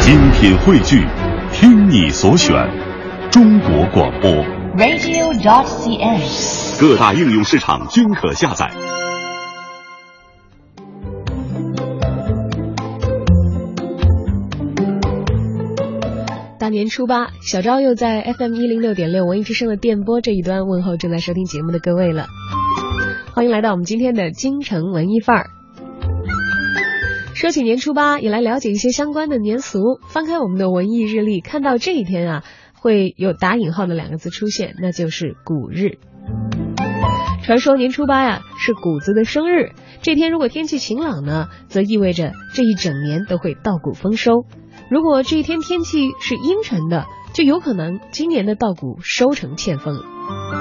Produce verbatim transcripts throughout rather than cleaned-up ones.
精品汇聚，听你所选，中国广播 radio dot c n， 各大应用市场均可下载。 大年初八，小昭又在 F M 一零六点六文艺之声的电波这一端问候正在收听节目的各位了。欢迎来到我们今天的京城文艺范儿。说起年初八，也来了解一些相关的年俗。翻开我们的文艺日历，看到这一天啊，会有打引号的两个字出现，那就是谷日。传说年初八呀是谷子的生日，这天如果天气晴朗呢，则意味着这一整年都会稻谷丰收。如果这一天天气是阴沉的，就有可能今年的稻谷收成欠丰了。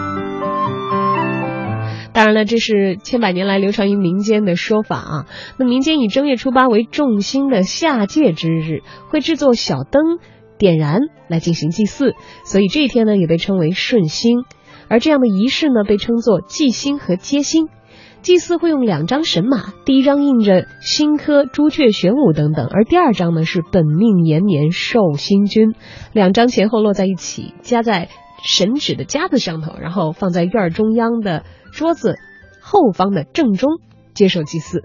当然了，这是千百年来流传于民间的说法啊。那民间以正月初八为众星的下界之日，会制作小灯点燃来进行祭祀，所以这一天呢也被称为顺星。而这样的仪式呢被称作祭星和接星。祭祀会用两张神马，第一张印着星科、朱雀、玄武等等，而第二张呢是本命延年寿星君，两张前后落在一起，夹在神纸的夹子上头，然后放在院中央的桌子后方的正中接受祭祀。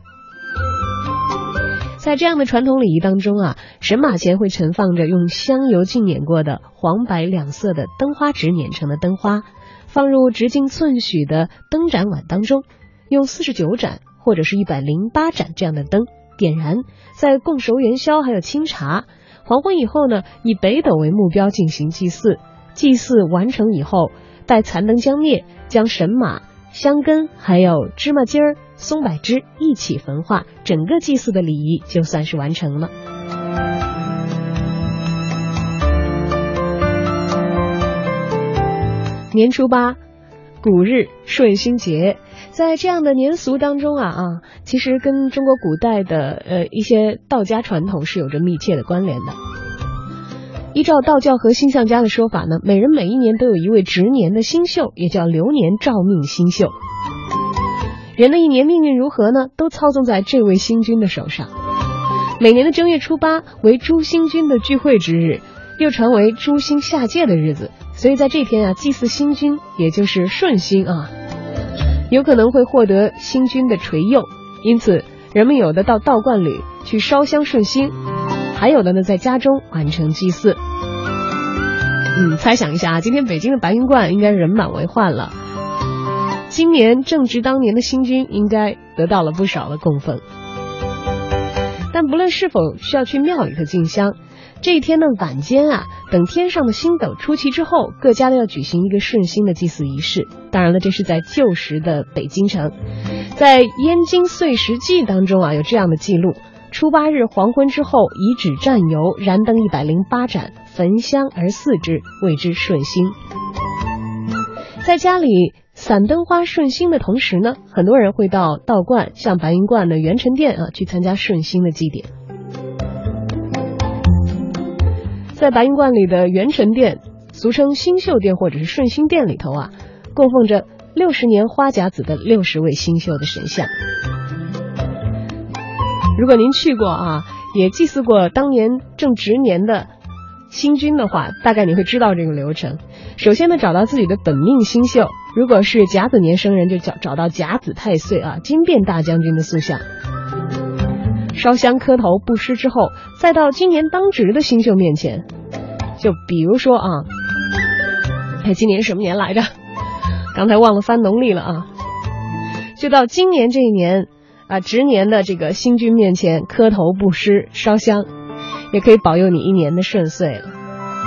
在这样的传统礼仪当中啊，神马前会盛放着用香油浸碾过的黄白两色的灯花纸碾成的灯花，放入直径寸许的灯盏碗当中，用四十九盏或者是一百零八盏这样的灯点燃，再供熟元宵还有清茶。黄昏以后呢，以北斗为目标进行祭祀。祭祀完成以后，待残灯将灭，将神马、香根还有芝麻筋儿、松柏枝一起焚化，整个祭祀的礼仪就算是完成了。年初八，谷日顺星节，在这样的年俗当中啊啊，其实跟中国古代的呃一些道家传统是有着密切的关联的。依照道教和星象家的说法呢，每人每一年都有一位值年的星宿，也叫流年照命星宿。人的一年命运如何呢，都操纵在这位星君的手上。每年的正月初八为诸星君的聚会之日，又传为诸星下界的日子，所以在这天啊，祭祀星君，也就是顺星啊，有可能会获得星君的垂佑。因此人们有的到道观里去烧香顺星，还有的呢在家中完成祭祀。嗯，猜想一下啊，今天北京的白云观应该人满为患了。今年正值当年的星君应该得到了不少的供奉。但不论是否需要去庙里头进香，这一天的晚间啊，等天上的星斗出齐之后，各家都要举行一个顺星的祭祀仪式。当然了，这是在旧时的北京城。在《燕京岁时记》当中啊，有这样的记录：初八日黄昏之后，以纸蘸油，燃灯一百零八盏，焚香而祀之，谓之顺星。在家里散灯花顺星的同时呢，很多人会到道观，像白云观的元辰殿啊，去参加顺星的祭典。在白云观里的元辰殿，俗称星宿殿或者是顺星殿里头啊，供奉着六十年花甲子的六十位星宿的神像。如果您去过啊，也祭祀过当年正值年的星君的话，大概你会知道这个流程。首先呢，找到自己的本命星宿，如果是甲子年生人，就找找到甲子太岁啊，金变大将军的塑像。烧香磕头布施之后，再到今年当值的星宿面前，就比如说啊，哎，今年什么年来着？刚才忘了翻农历了啊。就到今年这一年啊，值年的这个星君面前磕头布施烧香，也可以保佑你一年的顺遂了。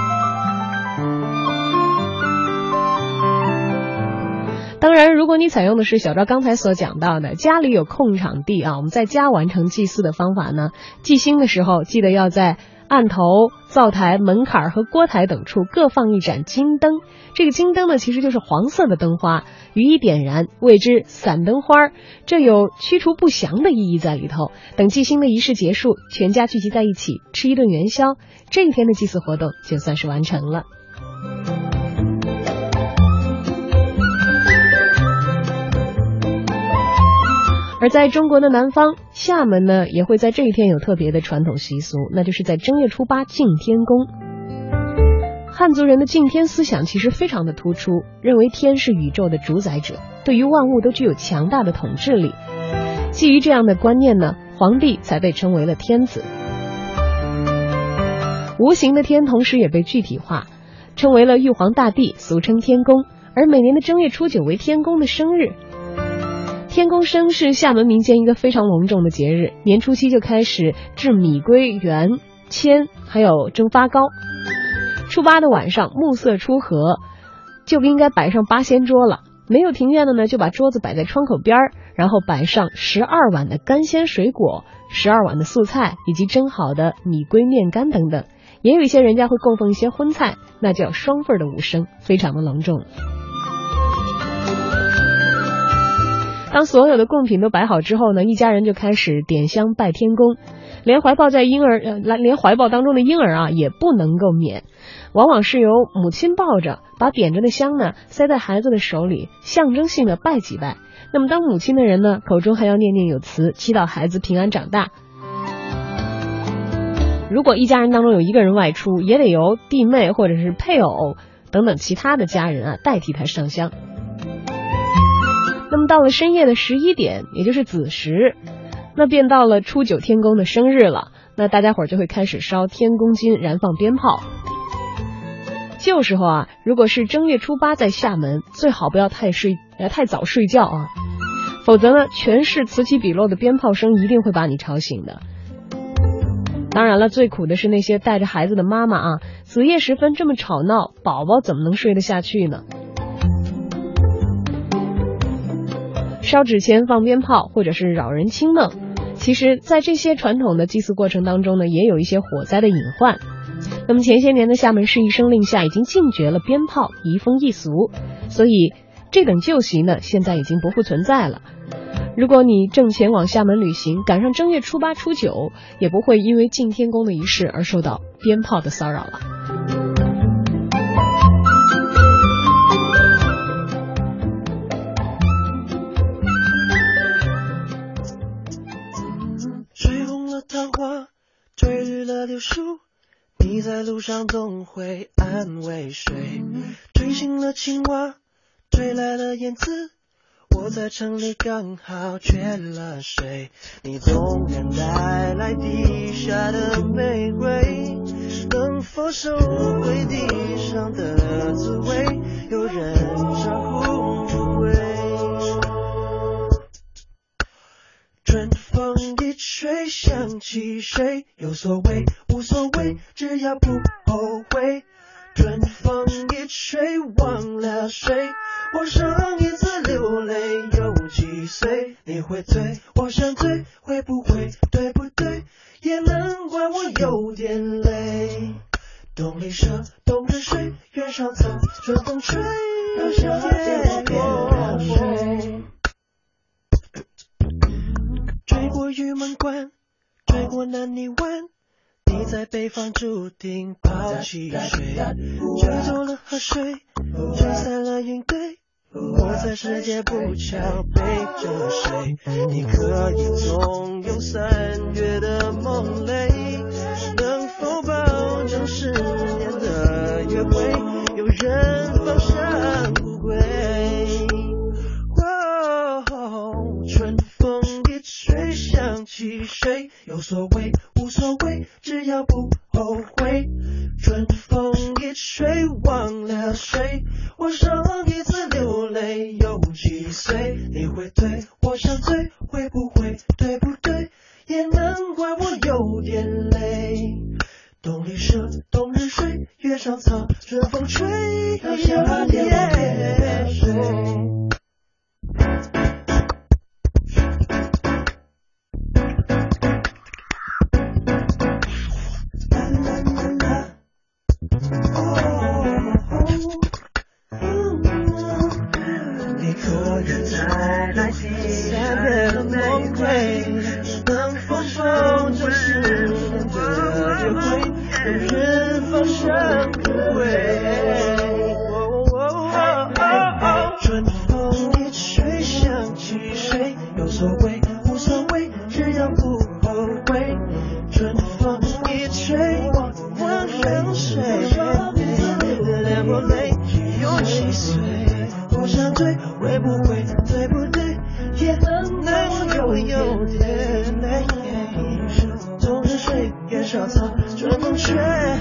当然，如果你采用的是小昭刚才所讲到的家里有空场地啊，我们在家完成祭祀的方法呢，祭星的时候记得要在案头、灶台、门槛和锅台等处各放一盏金灯。这个金灯呢，其实就是黄色的灯花，予以点燃，谓之散灯花，这有驱除不祥的意义在里头。等祭星的仪式结束，全家聚集在一起吃一顿元宵，这一天的祭祀活动就算是完成了。而而在中国的南方，厦门呢也会在这一天有特别的传统习俗，那就是在正月初八敬天公。汉族人的敬天思想其实非常的突出，认为天是宇宙的主宰者，对于万物都具有强大的统治力。基于这样的观念呢，皇帝才被称为了天子。无形的天同时也被具体化，称为了玉皇大帝，俗称天公。而每年的正月初九为天公的生日。天公生是厦门民间一个非常隆重的节日，年初七就开始制米龟、圆、签，还有蒸发糕。初八的晚上，暮色初合，就应该摆上八仙桌了。没有庭院的呢，就把桌子摆在窗口边，然后摆上十二碗的干鲜水果、十二碗的素菜，以及蒸好的米龟、面干等等。也有一些人家会供奉一些荤菜，那叫双份的五牲，非常的隆重。当所有的贡品都摆好之后呢，一家人就开始点香拜天公，连怀抱在婴儿呃，连怀抱当中的婴儿啊也不能够免，往往是由母亲抱着，把点着的香呢塞在孩子的手里，象征性的拜几拜。那么当母亲的人呢，口中还要念念有词，祈祷孩子平安长大。如果一家人当中有一个人外出，也得由弟妹或者是配偶等等其他的家人啊代替他上香。那么到了深夜的十一点，也就是子时，那便到了初九天公的生日了。那大家伙就会开始烧天公金，燃放鞭炮。旧时候啊，如果是正月初八在厦门，最好不要太睡呃太早睡觉啊，否则呢，全市此起彼落的鞭炮声一定会把你吵醒的。当然了，最苦的是那些带着孩子的妈妈啊，子夜时分这么吵闹，宝宝怎么能睡得下去呢？烧纸钱、放鞭炮，或者是扰人清梦，其实在这些传统的祭祀过程当中呢，也有一些火灾的隐患。那么前些年的厦门市一声令下，已经禁绝了鞭炮，移风易俗，所以这等旧习呢，现在已经不复存在了。如果你正前往厦门旅行，赶上正月初八、初九，也不会因为敬天公的仪式而受到鞭炮的骚扰了。 吹红了桃花，吹绿了柳树，你在路上总会安慰谁？吹醒了青蛙，吹来了燕子，我在城里刚好缺了谁？你纵然带来地下的玫瑰，能否收回地上的滋味？有人招呼无归。春风一吹想起谁？有所谓无所谓，只要不后悔。春风一吹忘了谁？我上一次流泪有几岁？你会醉，我想醉，会不会对不对？也难怪我有点累。东篱舍，冬日睡，原上草，春风吹，让夏天落水。吹过玉门关，吹过南泥湾，你在北方注定抛弃谁？吹走了河水，吹散了云堆，我在世界不巧背着谁？你可以纵有三月的梦泪，能否保证十年的约会？有人放下不归。哦，春风一吹想起谁？有所谓无所谓，只要不后悔。春风一吹忘了谁？我上一次流泪有几岁？你会醉，我想醉，会不会对不对？也难怪我有点累。冬里舍，冬日睡，月上草，春风吹，让夏天落水。你可以再来第三月的梦归，能否保证十年的约会？有人放下不归。春风一吹想起谁？有所谓睡，累不累？勇气碎，我想追，会不会对不对？也那我有有点累，总是睡越少草，春风吹。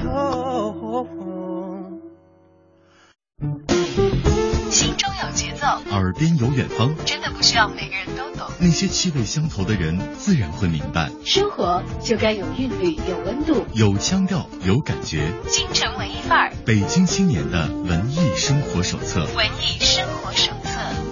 心中有节奏， 耳边有远方， 真的不需要每个人都懂。 那些气味相投的人自然会明白， 生活就该有韵律，有温度， 有腔调，有感觉。 京城文艺范儿， 北京青年的文艺生活手册。 文艺生活手册。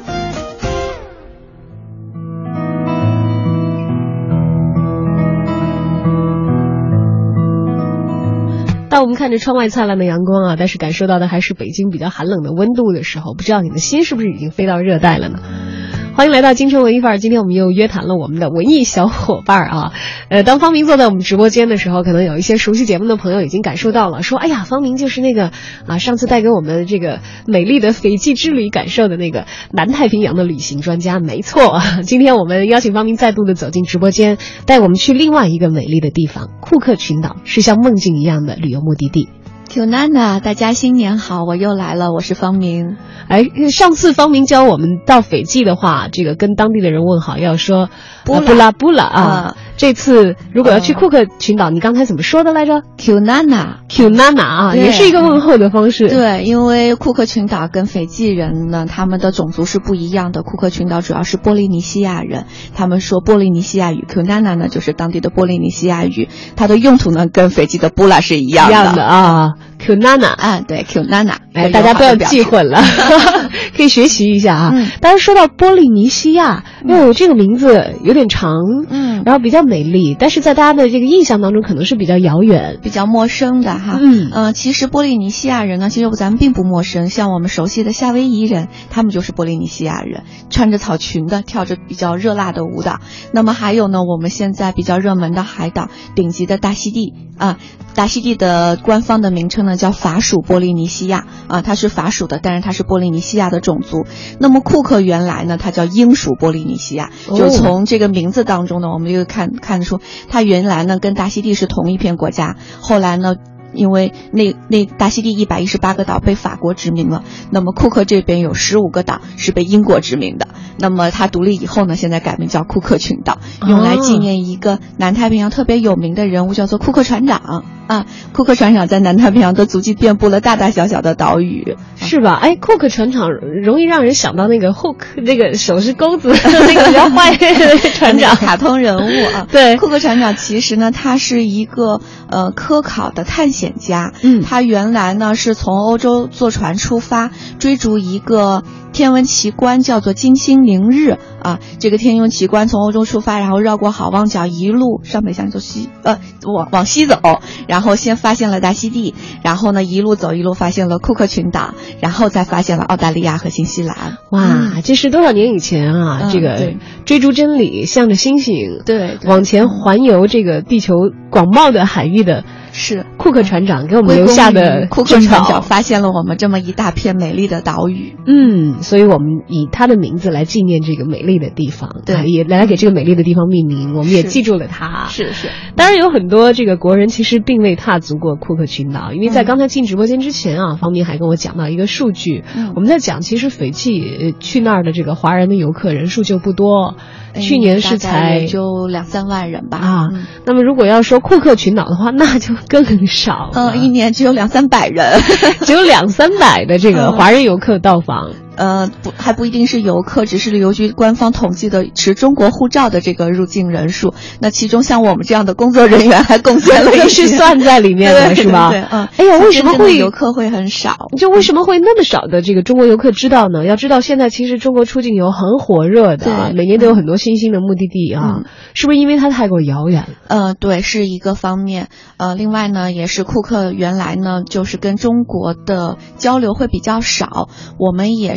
当我们看着窗外灿烂的阳光啊，但是感受到的还是北京比较寒冷的温度的时候，不知道你的心是不是已经飞到热带了呢？欢迎来到京城文艺范儿，今天我们又约谈了我们的文艺小伙伴啊。呃，当方明坐在我们直播间的时候，可能有一些熟悉节目的朋友已经感受到了，说哎呀，方明就是那个啊，上次带给我们这个美丽的斐济之旅感受的那个南太平洋的旅行专家。没错啊，今天我们邀请方明再度的走进直播间，带我们去另外一个美丽的地方——库克群岛，是像梦境一样的旅游目的地。 Q Nana， 大家新年好，我又来了，我是方明。 哎，上次方明教我们到斐济的话，这个跟当地的人问好要说布拉布拉啊。这次如果要去库克群岛，你刚才怎么说的来着 ？Q Nana，Q Nana 啊，也是一个问候的方式。 对，因为库克群岛跟斐济人呢，他们的种族是不一样的。库克群岛主要是波利尼西亚人，他们说波利尼西亚语 ，Q Nana 呢就是当地的波利尼西亚语，它的用途呢跟斐济的布拉是一样的。 一样的啊。Q Nana 啊，对 Q Nana， 哎，大家不要记混了，可以学习一下啊。嗯，当然说到波利尼西亚，因为这个名字有点长，嗯，然后比较美丽，但是在大家的这个印象当中可能是比较遥远、 比较陌生的哈。嗯，呃，其实波利尼西亚人呢，其实咱们并不陌生，像我们熟悉的夏威夷人，他们就是波利尼西亚人，穿着草裙的，跳着比较热辣的舞蹈。那么还有呢，我们现在比较热门的海岛，顶级的大溪地啊，大溪地的官方的名称呢叫法属波利尼西亚啊，它是法属的，但是它是波利尼西亚的种族。那么库克原来呢，它叫英属波利尼西亚，哦、就从这个名字当中呢，我们就看看得出，它原来呢跟大溪地是同一片国家，后来呢。因为那那大溪地一百一十八个岛被法国殖民了，那么库克这边有十五个岛是被英国殖民的。那么它独立以后呢，现在改名叫库克群岛，用来纪念一个南太平洋特别有名的人物，叫做库克船长啊。库克船长在南太平洋的足迹遍布了大大小小的岛屿， 是吧？哎，库克船长容易让人想到那个 Hook， 那个手是钩子那个比较坏的船长， 卡通人物啊。 对， 库克船长其实呢，他是一个呃科考的探险家， 嗯， 他原来呢是从欧洲坐船出发，追逐一个天文奇观，叫做金星凌日啊。这个天文奇观从欧洲出发，然后绕过好望角，一路上北向走西，呃，往往西走，然后先发现了大溪地，然后呢一路走一路发现了库克群岛，然后再发现了澳大利亚和新西兰。 哇，嗯、这是多少年以前啊？嗯、这个追逐真理，向着星星， 对， 往前环游这个地球广袤的海域的。 是库克船长给我们留下的库克船长发现了我们这么一大片美丽的岛屿， 嗯，所以我们以他的名字来纪念这个美丽的地方， 对， 啊、也来给这个美丽的地方命名，我们也记住了它。 是是， 当然有很多这个国人其实并未踏足过库克群岛，因为在刚才进直播间之前啊，嗯、方明还跟我讲到一个数据，嗯、我们在讲其实斐济去那儿的这个华人的游客人数就不多。去年是才也就两三万人吧啊、嗯，那么如果要说库克群岛的话，那就更少了， 嗯，一年只有两三百人， 只有两三百的这个华人游客到访。 嗯呃，不，还不一定是游客，只是旅游局官方统计的持中国护照的这个入境人数。那其中像我们这样的工作人员还贡献了一些， 是算在里面的，是吧？ 对，嗯。 哎呀，为什么会游客会很少？ 就为什么会那么少的这个中国游客知道呢？要知道，现在其实中国出境游很火热的，每年都有很多新兴的目的地啊，嗯、是不是因为它太过遥远了？ 呃，对，是一个方面。呃，另外呢，也是库克原来呢就是跟中国的交流会比较少，我们也是。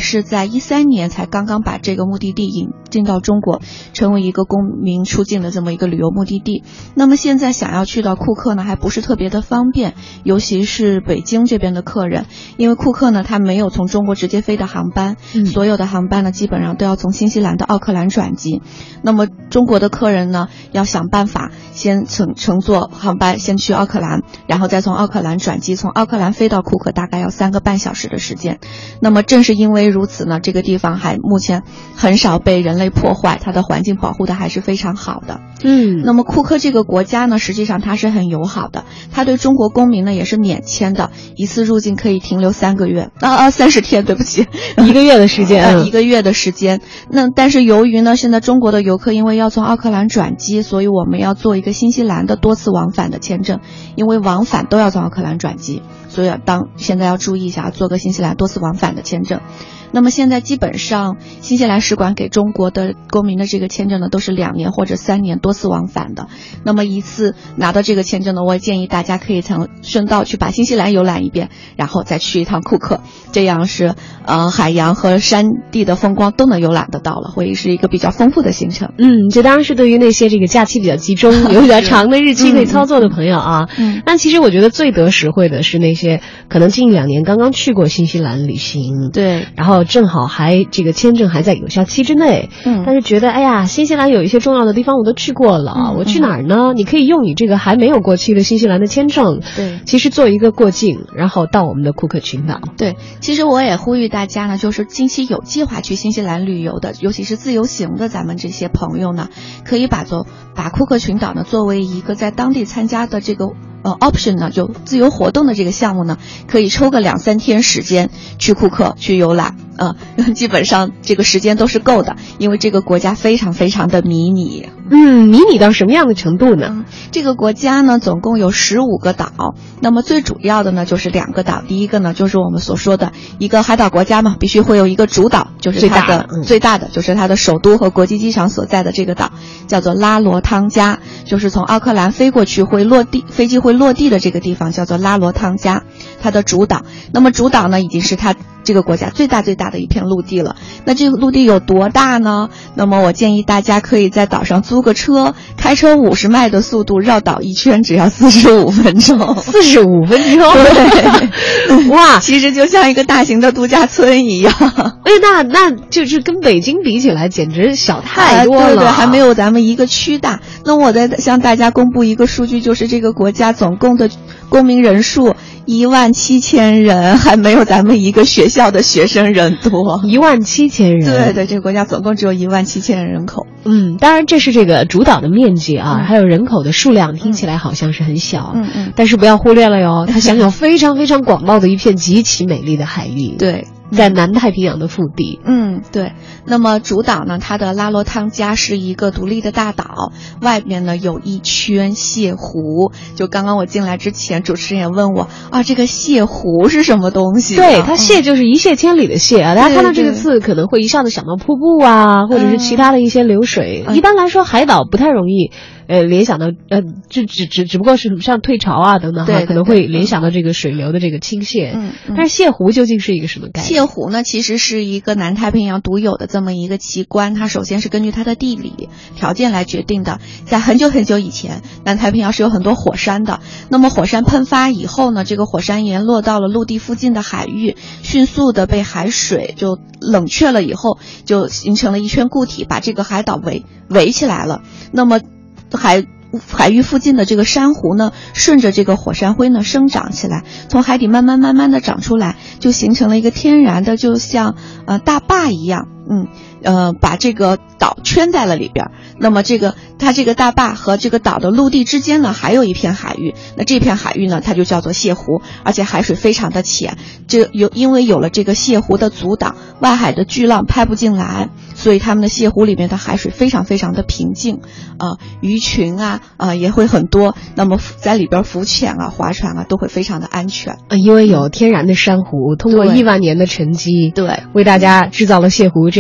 是在一三年才刚刚把这个目的地引进到中国，成为一个公民出境的这么一个旅游目的地。那么现在想要去到库克呢，还不是特别的方便，尤其是北京这边的客人，因为库克呢，它没有从中国直接飞的航班，嗯、所有的航班呢，基本上都要从新西兰的奥克兰转机。那么中国的客人呢，要想办法先乘乘坐航班先去奥克兰，然后再从奥克兰转机，从奥克兰飞到库克大概要三个半小时的时间。那么正是因为如此呢，这个地方还目前很少被人类破坏，它的环境保护的还是非常好的。 嗯， 那么库克这个国家呢，实际上它是很友好的，它对中国公民呢也是免签的，一次入境可以停留三个月，啊啊三十天，对不起， 一个月的时间， 呃、一个月的时间。那但是由于呢，现在中国的游客因为要从奥克兰转机，所以我们要做一个新西兰的多次往返的签证，因为往返都要从奥克兰转机，所以当现在要注意一下，做个新西兰多次往返的签证。那么现在基本上新西兰使馆给中国的公民的这个签证呢，都是两年或者三年多次往返的。那么一次拿到这个签证呢，我建议大家可以从顺道去把新西兰游览一遍，然后再去一趟库克，这样是呃海洋和山地的风光都能游览得到了，会是一个比较丰富的行程。 嗯，这当然是对于那些这个假期比较集中、有比较长的日期可以操作的朋友啊。嗯，那其实我觉得最得实惠的是那些可能近两年刚刚去过新西兰旅行， 对， 然后正好还这个签证还在有效期之内，嗯，但是觉得哎呀，新西兰有一些重要的地方我都去过了，嗯、我去哪儿呢？你可以用你这个还没有过期的新西兰的签证， 对， 其实做一个过境，然后到我们的库克群岛。 对，其实我也呼吁大家呢，就是近期有计划去新西兰旅游的，尤其是自由行的咱们这些朋友呢，可以把做把库克群岛呢作为一个在当地参加的这个。呃 option 呢，就自由活动的这个项目呢，可以抽个两三天时间去库克去游览，呃，基本上这个时间都是够的，因为这个国家非常非常的迷你。 嗯，迷你到什么样的程度呢？ 嗯、这个国家呢，总共有十五个岛，那么最主要的呢就是两个岛，第一个呢就是我们所说的一个海岛国家嘛，必须会有一个主岛，就是它的最大的、嗯、最大的就是它的首都和国际机场所在的这个岛，叫做拉罗汤加，就是从奥克兰飞过去会落地，飞机会落地的这个地方叫做拉罗汤加，它的主岛。那么主岛呢，已经是它这个国家最大最大的一片陆地了。那这个陆地有多大呢？那么我建议大家可以在岛上租个车，开车五十迈的速度绕岛一圈，只要四十五分钟。 四十五分钟， 对，哇，其实就像一个大型的度假村一样。 哎，那那就是跟北京比起来，简直小太多了。 啊、对对，还没有咱们一个区大。那我再向大家公布一个数据，就是这个国家总共的公民人数一万七千人，还没有咱们一个学校的学生人多。 一万七千人， 对对，这个国家总共只有一万七千人口。 嗯，当然这是这个主岛的面积啊，嗯、还有人口的数量，听起来好像是很小，嗯嗯，但是不要忽略了哟，它享有非常非常广袤的一片极其美丽的海域。 对。 在南太平洋的腹地。 嗯，对。那么主岛呢，它的拉罗汤加是一个独立的大岛，外面呢有一圈泻湖。就刚刚我进来之前，主持人也问我啊，这个泻湖是什么东西？ 对，它泻就是一泻千里的泻啊。大家看到这个字，可能会一下子想到瀑布啊，或者是其他的一些流水。嗯、一般来说，海岛不太容易。呃，联想到呃，只只只只不过是像退潮啊等等哈，可能会联想到这个水流的这个倾泻。嗯，嗯但是泻湖究竟是一个什么概念？ 泻湖呢，其实是一个南太平洋独有的这么一个奇观。它首先是根据它的地理条件来决定的。在很久很久以前，南太平洋是有很多火山的。那么火山喷发以后呢，这个火山岩落到了陆地附近的海域，迅速的被海水就冷却了以后，就形成了一圈固体，把这个海岛围围起来了。那么海海域附近的这个珊瑚呢，顺着这个火山灰呢生长起来，从海底慢慢慢慢的长出来，就形成了一个天然的，就像呃大坝一样，嗯呃把这个岛圈在了里边。那么这个它这个大坝和这个岛的陆地之间呢，还有一片海域。那这片海域呢，它就叫做泻湖，而且海水非常的浅。这有因为有了这个泻湖的阻挡，外海的巨浪拍不进来，所以他们的泻湖里面的海水非常非常的平静，啊、呃，鱼群啊啊、呃、也会很多。那么在里边浮潜啊、划船啊都会非常的安全。 呃，因为有天然的珊瑚，通过亿万年的沉积， 对， 为大家制造了泻湖这样的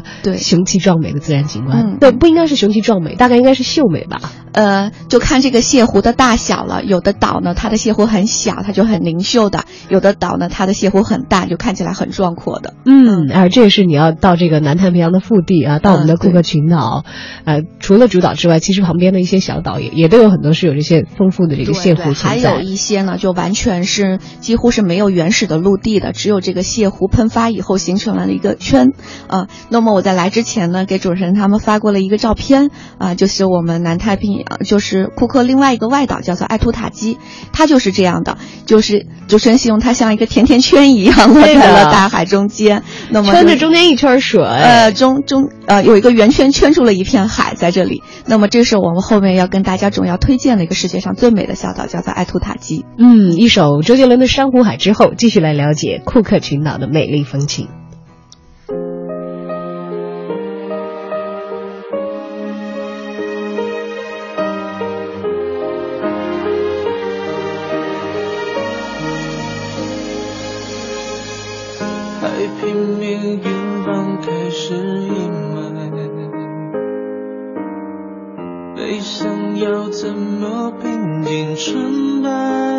对雄奇壮美的自然景观。 嗯， 对，不应该是雄奇壮美，大概应该是秀美吧。 呃，就看这个泻湖的大小了。有的岛呢，它的泻湖很小，它就很灵秀的；有的岛呢，它的泻湖很大，就看起来很壮阔的。 嗯，而这也是你要到这个南太平洋的腹地啊，到我们的库克群岛，嗯、呃，除了主岛之外，其实旁边的一些小岛也也都有很多是有这些丰富的这个泻湖存在。 还有一些呢，就完全是几乎是没有原始的陆地的，只有这个泻湖喷发以后形成了一个圈。呃，那么我在来之前呢，给主持人他们发过了一个照片啊、呃，就是我们南太平洋，就是库克另外一个外岛叫做艾图塔基，它就是这样的，就是主持人形容它像一个甜甜圈一样落在了大海中间。那么圈着中间一圈水， 呃，中中呃有一个圆圈圈住了一片海在这里。那么这是我们后面要跟大家重要推荐的一个世界上最美的小岛，叫做艾图塔基。 嗯，一首周杰伦的《珊瑚海》之后，继续来了解库克群岛的美丽风情。 海平面远方开始阴霾，悲伤要怎么平静纯白？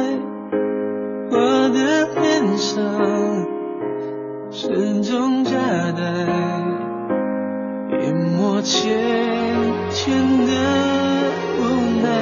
我的脸上始终夹带一抹浅浅的无奈。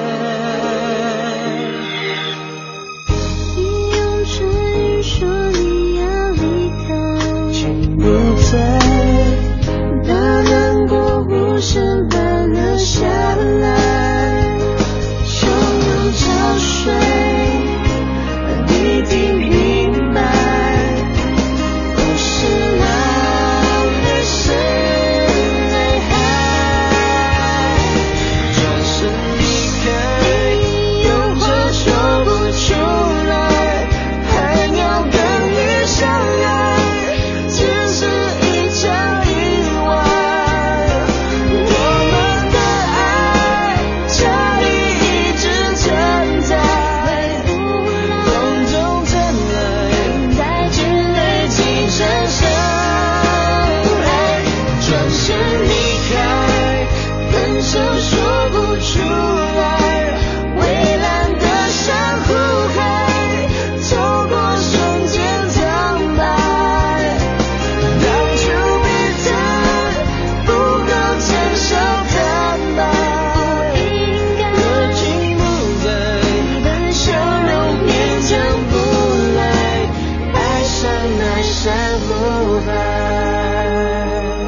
你用唇语说你要离开， 请不在大难过无声般流下来，汹涌潮水你一定明白，不是浪还是内海， 转身离开， 有话说不出来，海鸟跟鱼相爱，只是一场意外，我们的爱这里一直存在，回不来， 风中传来带着泪积成深爱，转身离开，分手说不出来，蔚蓝的珊瑚海，透过瞬间苍白，当初彼此不够成熟坦白，应该热情不在， 的笑容勉强不来，爱上那珊瑚海。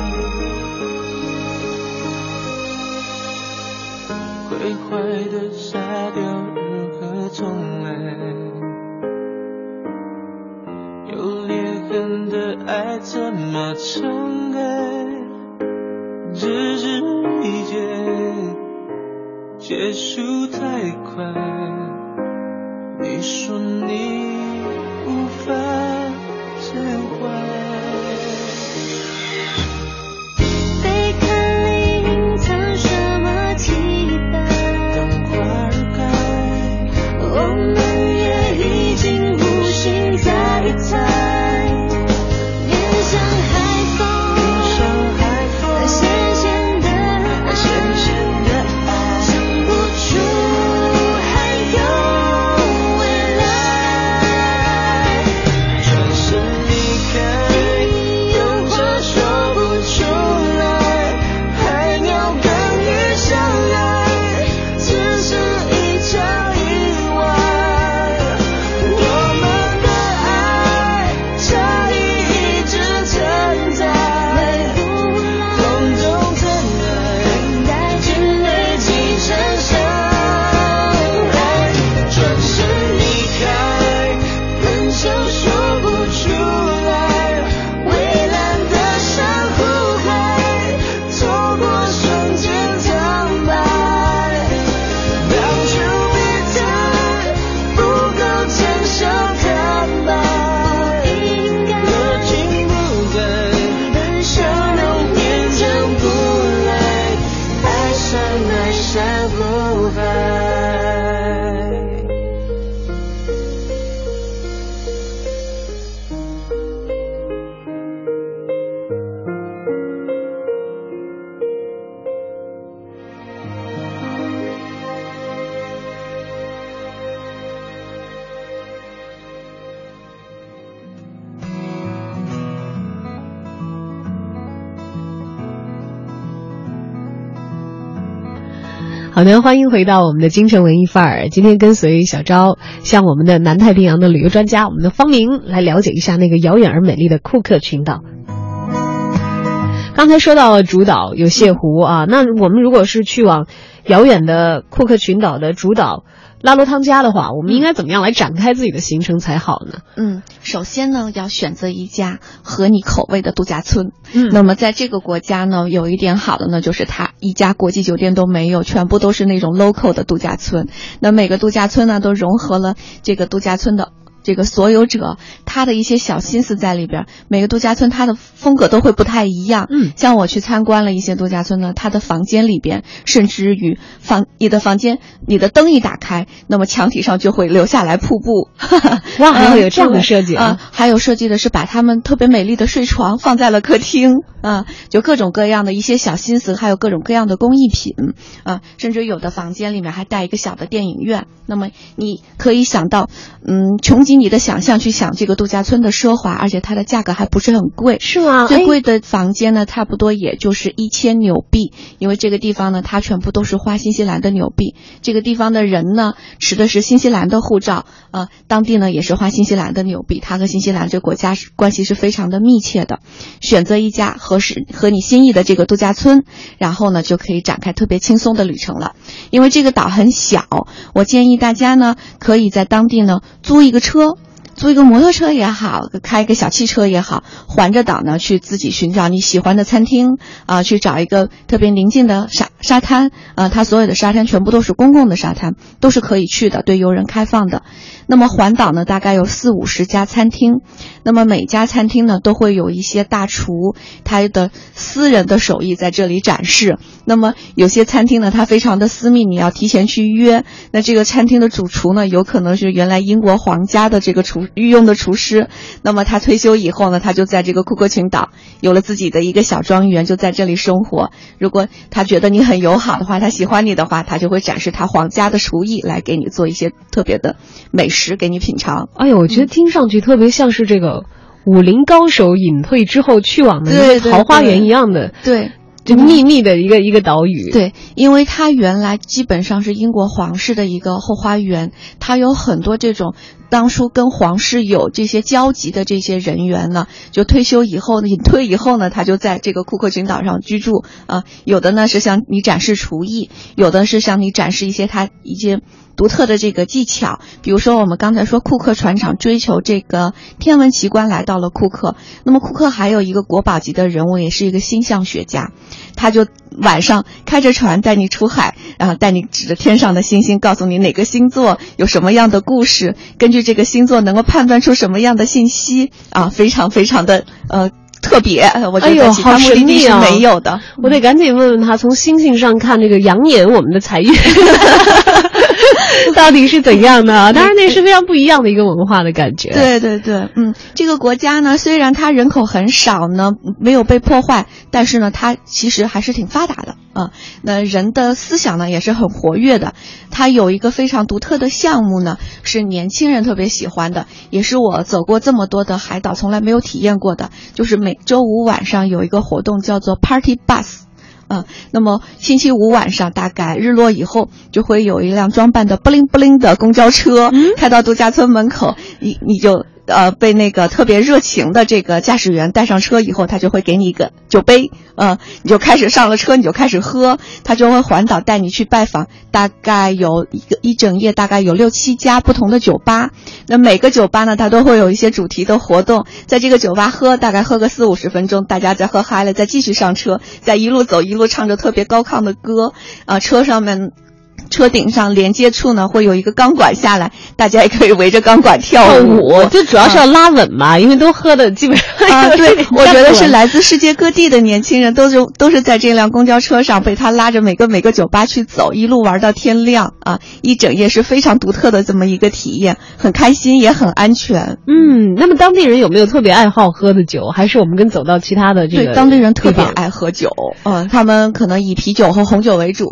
毁坏的沙雕如何重来？有裂痕的爱怎么重盖？只是一结，结束太快。你说你无法释怀。 背叛里隐藏什么期待？ 当花儿开， 我们也已经无心再猜，面向海风， 上海风， 咸咸的爱， 咸咸的爱， 想不出还有未来。 好的，欢迎回到我们的京城文艺范儿。今天跟随小昭向我们的南太平洋的旅游专家，我们的方明来了解一下那个遥远而美丽的库克群岛。刚才说到了主岛有泻湖啊，那我们如果是去往遥远的库克群岛的主岛拉罗汤加的话，我们应该怎么样来展开自己的行程才好呢？ 嗯，首先呢，要选择一家合你口味的度假村。 嗯， 那么在这个国家呢，有一点好的呢，就是它一家国际酒店都没有，全部都是那种 local 的度假村。那每个度假村呢，都融合了这个度假村的这个所有者他的一些小心思在里边，每个度假村它的风格都会不太一样。 嗯， 像我去参观了一些度假村呢，它的房间里边，甚至于房你的房间，你的灯一打开，那么墙体上就会流下来瀑布。 哇，还会有这样的设计啊！ 啊还有设计的是把他们特别美丽的睡床放在了客厅啊，就各种各样的一些小心思，还有各种各样的工艺品啊，甚至有的房间里面还带一个小的电影院。那么你可以想到，嗯，穷极你的想象去想这个度假村的奢华，而且它的价格还不是很贵。 是吗？ 最贵的房间呢，差不多也就是一千纽币，因为这个地方呢，它全部都是花新西兰的纽币。这个地方的人呢，持的是新西兰的护照，呃，当地呢也是花新西兰的纽币，它和新西兰这个国家是关系是非常的密切的。选择一家合适和你心意的这个度假村，然后呢就可以展开特别轻松的旅程了。因为这个岛很小，我建议大家呢可以在当地呢租一个车。租一个摩托车也好，开一个小汽车也好，环着岛呢去自己寻找你喜欢的餐厅啊、呃，去找一个特别宁静的沙沙滩啊、呃，它所有的沙滩全部都是公共的沙滩，都是可以去的，对游人开放的。那么环岛呢，大概有四五十家餐厅，那么每家餐厅呢都会有一些大厨他的私人的手艺在这里展示。那么有些餐厅呢，它非常的私密，你要提前去约。那这个餐厅的主厨呢，有可能是原来英国皇家的这个厨御用的厨师，那么他退休以后呢，他就在这个库克群岛有了自己的一个小庄园，就在这里生活。如果他觉得你很友好的话，他喜欢你的话，他就会展示他皇家的厨艺来给你做一些特别的美食给你品尝。 哎呦，我觉得听上去特别像是这个武林高手隐退之后去往的一个桃花源一样的。 对，对对就秘密的一个、嗯、一个岛屿。 对，因为它原来基本上是英国皇室的一个后花园，它有很多这种当初跟皇室有这些交集的这些人员呢，就退休以后呢，隐退以后呢，他就在这个库克群岛上居住啊、呃。有的呢是向你展示厨艺，有的是向你展示一些他一些独特的这个技巧。比如说我们刚才说库克船长追求这个天文奇观来到了库克，那么库克还有一个国宝级的人物，也是一个星象学家，他就晚上开着船带你出海，然后带你指着天上的星星，告诉你哪个星座有什么样的故事，根据这个星座能够判断出什么样的信息啊，非常非常的呃特别，我觉得其他目的地是没有的。 哎哦、我得赶紧问问他，从星星上看这个羊年我们的财运到底是怎样的？当然那是非常不一样的一个文化的感觉。 对对对，嗯，这个国家呢，虽然它人口很少呢，没有被破坏，但是呢，它其实还是挺发达的啊。那人的思想呢也是很活跃的。它有一个非常独特的项目呢，是年轻人特别喜欢的，也是我走过这么多的海岛从来没有体验过的，就是每周五晚上有一个活动叫做 Party Bus。嗯，那么星期五晚上大概日落以后，就会有一辆装扮的布灵布灵的公交车、嗯、开到度假村门口，你你就呃被那个特别热情的这个驾驶员带上车以后，他就会给你一个酒杯，呃，你就开始上了车，你就开始喝，他就会环岛带你去拜访，大概有一个一整夜，大概有六七家不同的酒吧。那每个酒吧呢，它都会有一些主题的活动，在这个酒吧喝，大概喝个四五十分钟，大家再喝嗨了，再继续上车，再一路走一路唱着特别高亢的歌，啊、呃，车上面。车顶上连接处呢会有一个钢管下来，大家也可以围着钢管跳舞。 这主要是要拉稳嘛、啊，因为都喝的基本上啊，对，我觉得是来自世界各地的年轻人都是都是在这辆公交车上被他拉着每个每个酒吧去走，一路玩到天亮啊，一整夜是非常独特的这么一个体验，很开心也很安全。 嗯，那么当地人有没有特别爱好喝的酒？还是我们跟走到其他的这个？ 对，当地人特别爱喝酒，嗯，他们可能以啤酒和红酒为主吧。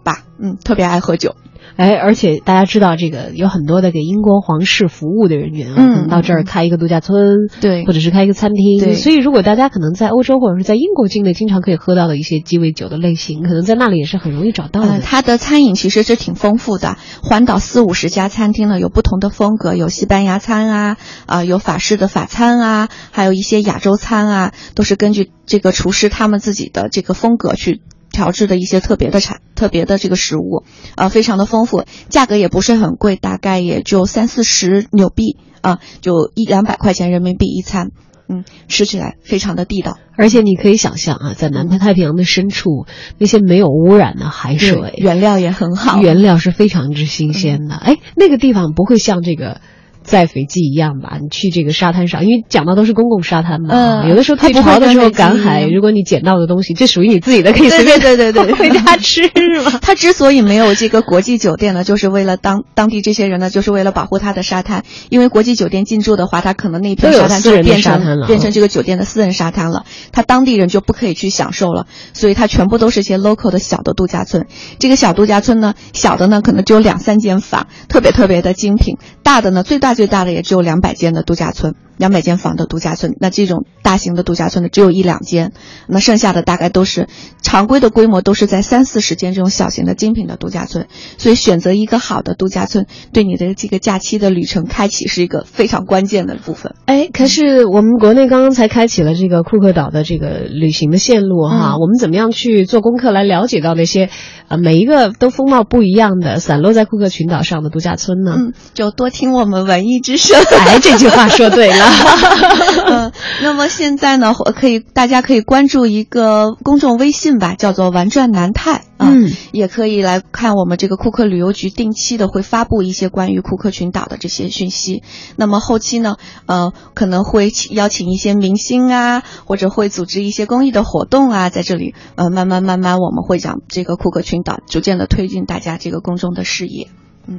嗯，特别爱喝酒。 哎，而且大家知道，这个有很多的给英国皇室服务的人员啊， 嗯可能到这儿开一个度假村， 对， 或者是开一个餐厅， 对。 所以如果大家可能在欧洲或者是在英国境内经常可以喝到的一些鸡尾酒的类型，可能在那里也是很容易找到的。 呃、它的餐饮其实是挺丰富的，环岛四五十家餐厅呢，有不同的风格，有西班牙餐啊，啊、呃，有法式的法餐啊，还有一些亚洲餐啊，都是根据这个厨师他们自己的这个风格去调制的一些特别的产特别的这个食物，呃，非常的丰富，价格也不是很贵，大概也就三四十纽币啊、呃，就一两百块钱人民币一餐，嗯，吃起来非常的地道。 而且你可以想象啊，在南太平洋的深处，那些没有污染的海水， 原料也很好， 原料是非常之新鲜的。哎、嗯，那个地方不会像这个在斐济一样吧？你去这个沙滩上，因为讲到都是公共沙滩嘛，嗯、有的时候退潮的时候赶海，如果你捡到的东西，这属于你自己的，可以随便对对对对回家吃是吗？ 它之所以没有这个国际酒店呢，就是为了当当地这些人呢，就是为了保护它的沙滩，因为国际酒店进驻的话，它可能那片沙滩就变成变成这个酒店的私人沙滩了，它当地人就不可以去享受了，所以它全部都是一些 local 的小的度假村。这个小度假村呢，小的呢可能只有两三间房，特别特别的精品；大的呢，最大最大的也只有两百间的度假村，两百间房的度假村。那这种大型的度假村呢，只有一两间，那剩下的大概都是常规的规模，都是在三四十间这种小型的精品的度假村。所以选择一个好的度假村，对你的这个假期的旅程开启是一个非常关键的部分。 哎，可是我们国内刚刚才开启了这个库克岛的这个旅行的线路哈、嗯，我们怎么样去做功课来了解到那些呃每一个都风貌不一样的散落在库克群岛上的度假村呢？ 嗯，就多听我们文艺之声。 哎，这句话说对了。 嗯，那么现在呢，可以大家可以关注一个公众微信吧，叫做玩转南太。嗯，也可以来看我们这个库克旅游局定期的会发布一些关于库克群岛的这些讯息。那么后期呢，呃，可能会邀请一些明星啊，或者会组织一些公益的活动啊，在这里呃慢慢慢慢我们会将这个库克群岛逐渐的推进大家这个公众的视野。嗯。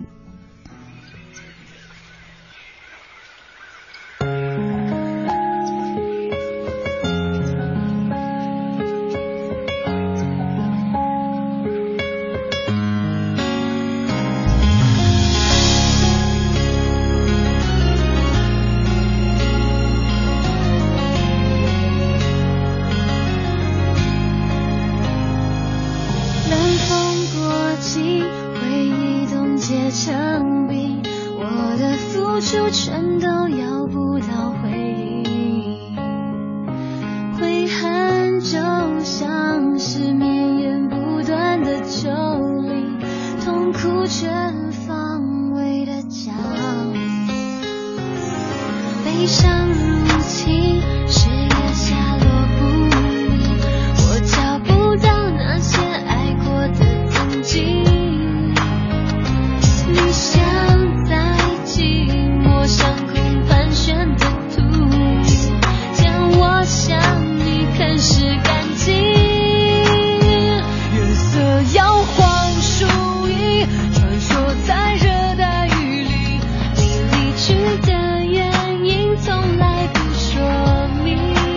全都要不到回应，悔恨就像是绵延不断的咒灵，痛苦全方位的降临，悲伤入侵，视野下落不明，我找不到那些爱过的曾经，你像在寂寞上空盘旋的秃鹰，将我向你看拭干净，月色摇晃树影，穿梭在热带雨林，你离去的原因从来不说明。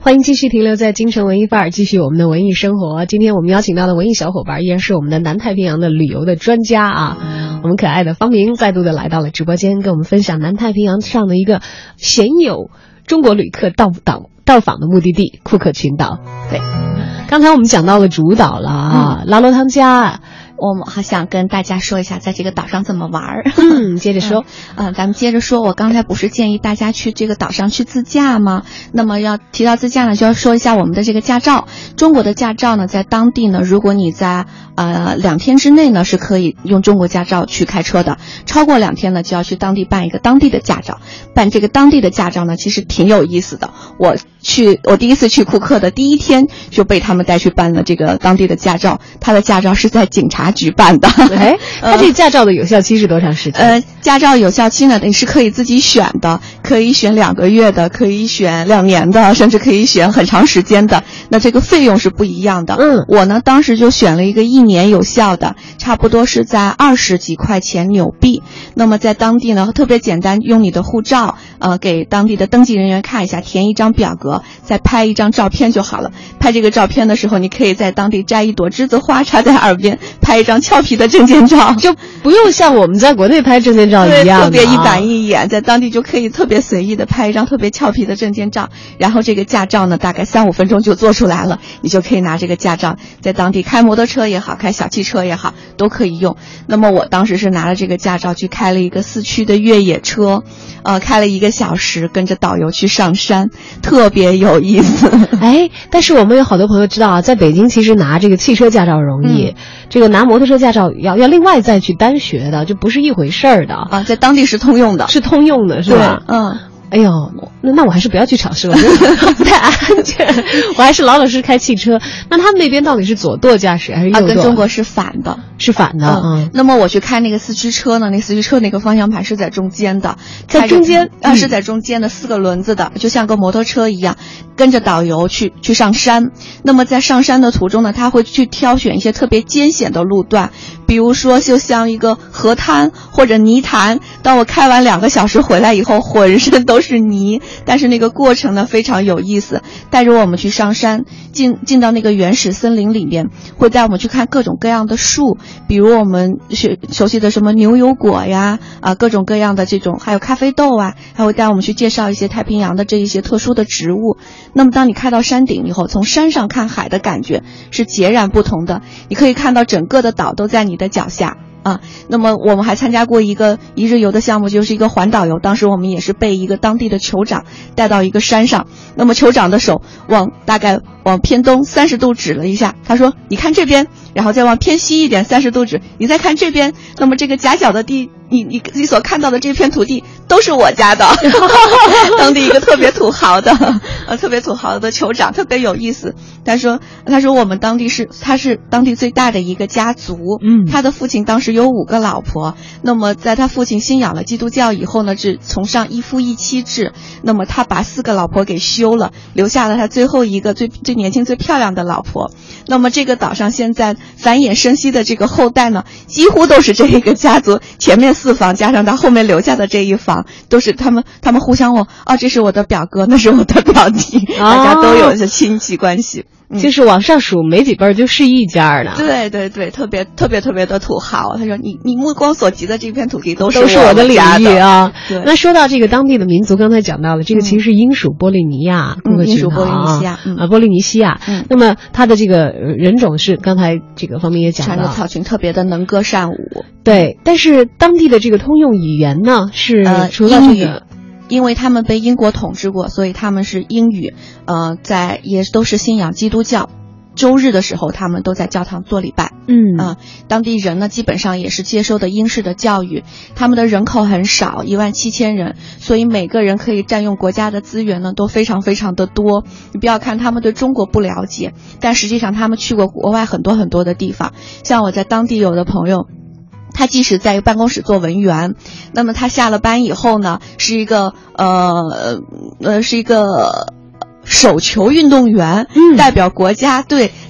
欢迎继续停留在京城文艺范儿，继续我们的文艺生活。今天我们邀请到的文艺小伙伴依然是我们的南太平洋的旅游的专家啊，我们可爱的方明再度的来到了直播间，跟我们分享南太平洋上的一个鲜有中国旅客到访到访的目的地库克群岛。对，刚才我们讲到了主岛了啊，嗯、拉罗汤加。 我们还想跟大家说一下，在这个岛上怎么玩儿。 嗯，接着说。 嗯、呃，咱们接着说。我刚才不是建议大家去这个岛上去自驾吗？那么要提到自驾呢，就要说一下我们的这个驾照。中国的驾照呢，在当地呢，如果你在呃两天之内呢，是可以用中国驾照去开车的。超过两天呢，就要去当地办一个当地的驾照。办这个当地的驾照呢，其实挺有意思的。我去，我第一次去库克的第一天就被他们带去办了这个当地的驾照。他的驾照是在警察局办的。 哎，他这驾照的有效期是多长时间？ 呃，驾照有效期呢，你是可以自己选的，可以选两个月的，可以选两年的，甚至可以选很长时间的。那这个费用是不一样的。 嗯， 我呢当时就选了一个一年有效的，差不多是在二十几块钱纽币。那么在当地呢，特别简单，用你的护照，呃，给当地的登记人员看一下，填一张表格，再拍一张照片就好了。拍这个照片的时候，你可以在当地摘一朵栀子花插在耳边，拍一张俏皮的证件照， 就不用像我们在国内拍证件照一样的、啊、 特别一板一眼，在当地就可以特别随意的拍一张特别俏皮的证件照，然后这个驾照呢大概三五分钟就做出来了，你就可以拿这个驾照在当地开摩托车也好，开小汽车也好，都可以用。那么我当时是拿了这个驾照去开了一个四驱的越野车，呃，开了一个小时，跟着导游去上山，特别有意思。 哎，但是我们有好多朋友知道啊，在北京其实拿这个汽车驾照容易，嗯、这个拿摩托车驾照要要另外再去单学的，就不是一回事儿的啊，在当地是通用的， 是通用的，是吧？ 嗯。 哎呦，那那我还是不要去尝试了，不太安全。我还是老老实实开汽车。那他们那边到底是左舵驾驶还是右舵？ 啊，跟中国是反的， 是反的。嗯。 嗯，那么我去开那个四驱车呢，那四驱车那个方向盘是在中间的， 在中间啊，是在中间的，四个轮子的，就像个摩托车一样，跟着导游去去上山。那么在上山的途中呢，他会去挑选一些特别艰险的路段，比如说就像一个河滩或者泥潭。当我开完两个小时回来以后，浑身都是泥，但是那个过程呢非常有意思，带着我们去上山，进进到那个原始森林里面，会带我们去看各种各样的树，比如我们学熟悉的什么牛油果呀，啊各种各样的这种，还有咖啡豆啊，还会带我们去介绍一些太平洋的这一些特殊的植物。那么当你开到山顶以后，从山上看海的感觉是截然不同的，你可以看到整个的岛都在你的脚下。啊，那么我们还参加过一个一日游的项目，就是一个环岛游。当时我们也是被一个当地的酋长带到一个山上，那么酋长的手往大概往偏东三十度指了一下，他说你看这边，然后再往偏西一点三十度指，你再看这边，那么这个夹角的地，你你你所看到的这片土地都是我家的。当地一个特别土豪的呃特别土豪的酋长，特别有意思。他说他说我们当地是他是当地最大的一个家族， 嗯， 他的父亲当时有五个老婆，那么在他父亲信仰了基督教以后呢，是崇尚一夫一妻制，那么他把四个老婆给休了，留下了他最后一个最最年轻最漂亮的老婆。那么这个岛上现在繁衍生息的这个后代呢，几乎都是这一个家族前面四房加上他后面留下的这一房，都是他们他们互相问，哦，这是我的表哥，那是我的表弟，哦、大家都有着亲戚关系。 嗯、就是往上数没几辈儿就是一家的。 对对对，特别特别特别的土豪。他说你你目光所及的这片土地都是都是我的领域啊。 对。 那说到这个当地的民族，刚才讲到了，这个其实是英属波利尼亚， 嗯，英属波利尼西亚， 嗯、啊，波利尼西亚。 嗯。 那么它的这个人种是刚才这个方面也讲到， 穿着草裙特别的能歌善舞。 对，但是当地的这个通用语言呢是呃除了这个。 因为他们被英国统治过，所以他们是英语，呃，在也都是信仰基督教。周日的时候，他们都在教堂做礼拜。 嗯啊、呃，当地人呢，基本上也是接受的英式的教育。他们的人口很少，一万七千人，所以每个人可以占用国家的资源呢，都非常非常的多。你不要看他们对中国不了解，但实际上他们去过国外很多很多的地方。像我在当地有的朋友。他即使在办公室做文员，那么他下了班以后呢，是一个呃呃是一个手球运动员， 嗯， 代表国家队